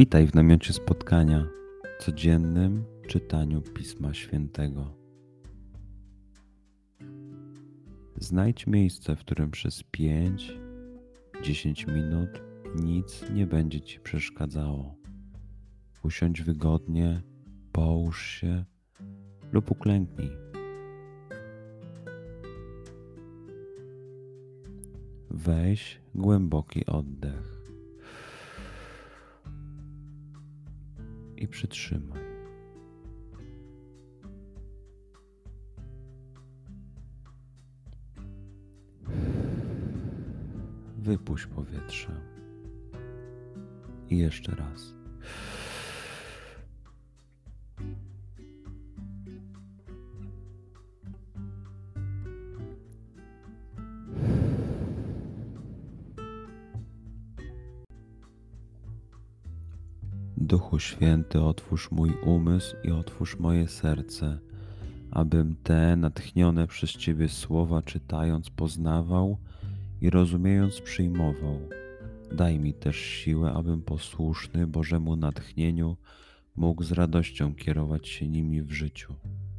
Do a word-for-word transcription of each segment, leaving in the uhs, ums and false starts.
Witaj w namiocie spotkania, codziennym czytaniu Pisma Świętego. Znajdź miejsce, w którym przez pięć do dziesięciu minut nic nie będzie Ci przeszkadzało. Usiądź wygodnie, połóż się lub uklęknij. Weź głęboki oddech i przytrzymaj. Wypuść powietrze. I jeszcze raz. Duchu Święty, otwórz mój umysł i otwórz moje serce, abym te natchnione przez Ciebie słowa czytając poznawał i rozumiejąc przyjmował. Daj mi też siłę, abym posłuszny Bożemu natchnieniu mógł z radością kierować się nimi w życiu.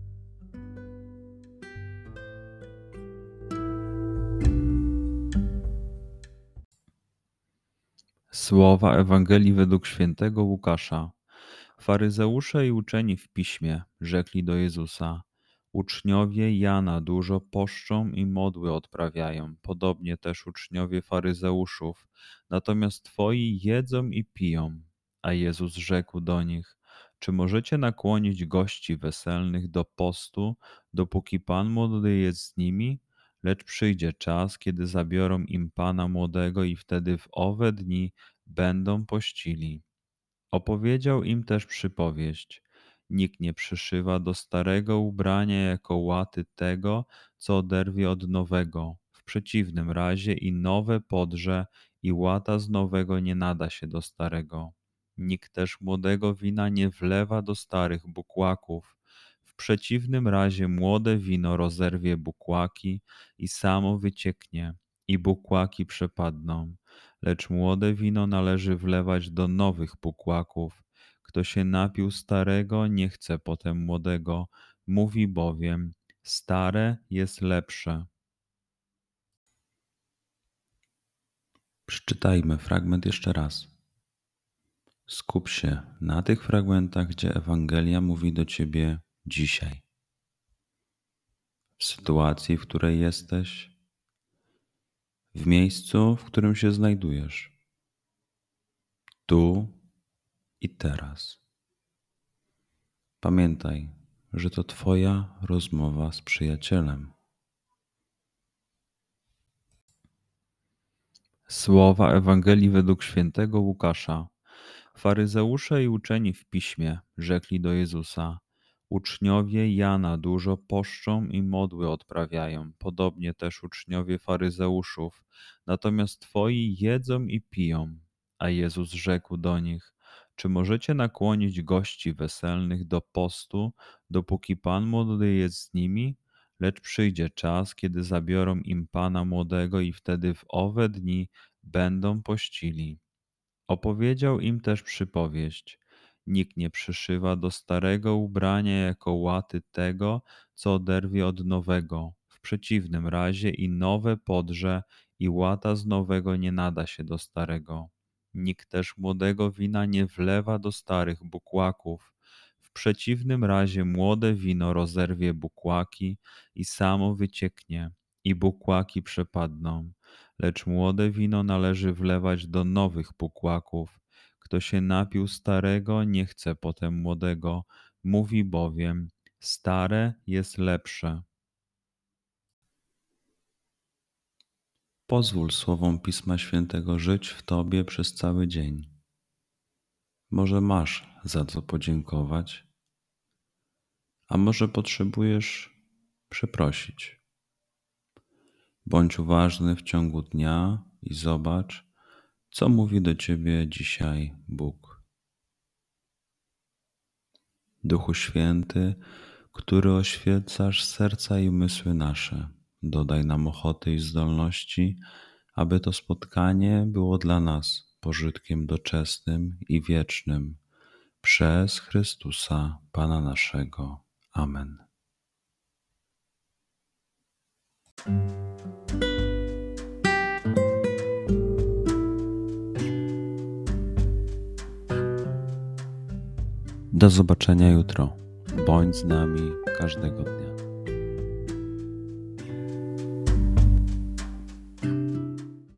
Słowa Ewangelii według świętego Łukasza. Faryzeusze i uczeni w piśmie rzekli do Jezusa: Uczniowie Jana dużo poszczą i modły odprawiają, podobnie też uczniowie faryzeuszów, natomiast twoi jedzą i piją. A Jezus rzekł do nich: Czy możecie nakłonić gości weselnych do postu, dopóki Pan młody jest z nimi? Lecz przyjdzie czas, kiedy zabiorą im Pana młodego i wtedy w owe dni będą pościli. Opowiedział im też przypowieść. Nikt nie przyszywa do starego ubrania jako łaty tego, co oderwie od nowego. W przeciwnym razie i nowe podrze, i łata z nowego nie nada się do starego. Nikt też młodego wina nie wlewa do starych bukłaków. W przeciwnym razie młode wino rozerwie bukłaki i samo wycieknie, i bukłaki przepadną. Lecz młode wino należy wlewać do nowych bukłaków. Kto się napił starego, nie chce potem młodego, mówi bowiem: stare jest lepsze. Przeczytajmy fragment jeszcze raz. Skup się na tych fragmentach, gdzie Ewangelia mówi do Ciebie dzisiaj. W sytuacji, w której jesteś, w miejscu, w którym się znajdujesz, tu i teraz. Pamiętaj, że to Twoja rozmowa z przyjacielem. Słowa Ewangelii według świętego Łukasza. Faryzeusze i uczeni w piśmie rzekli do Jezusa: Uczniowie Jana dużo poszczą i modły odprawiają, podobnie też uczniowie faryzeuszów, natomiast twoi jedzą i piją. A Jezus rzekł do nich: Czy możecie nakłonić gości weselnych do postu, dopóki Pan młody jest z nimi? Lecz przyjdzie czas, kiedy zabiorą im Pana młodego i wtedy w owe dni będą pościli. Opowiedział im też przypowieść. Nikt nie przyszywa do starego ubrania jako łaty tego, co oderwie od nowego. W przeciwnym razie i nowe podrze, i łata z nowego nie nada się do starego. Nikt też młodego wina nie wlewa do starych bukłaków. W przeciwnym razie młode wino rozerwie bukłaki i samo wycieknie, i bukłaki przepadną. Lecz młode wino należy wlewać do nowych bukłaków. Kto się napił starego, nie chce potem młodego, mówi bowiem: stare jest lepsze. Pozwól słowom Pisma Świętego żyć w Tobie przez cały dzień. Może masz za co podziękować, a może potrzebujesz przeprosić. Bądź uważny w ciągu dnia i zobacz, co mówi do Ciebie dzisiaj Bóg. Duchu Święty, który oświecasz serca i umysły nasze, dodaj nam ochoty i zdolności, aby to spotkanie było dla nas pożytkiem doczesnym i wiecznym, przez Chrystusa Pana naszego. Amen. Do zobaczenia jutro. Bądź z nami każdego dnia.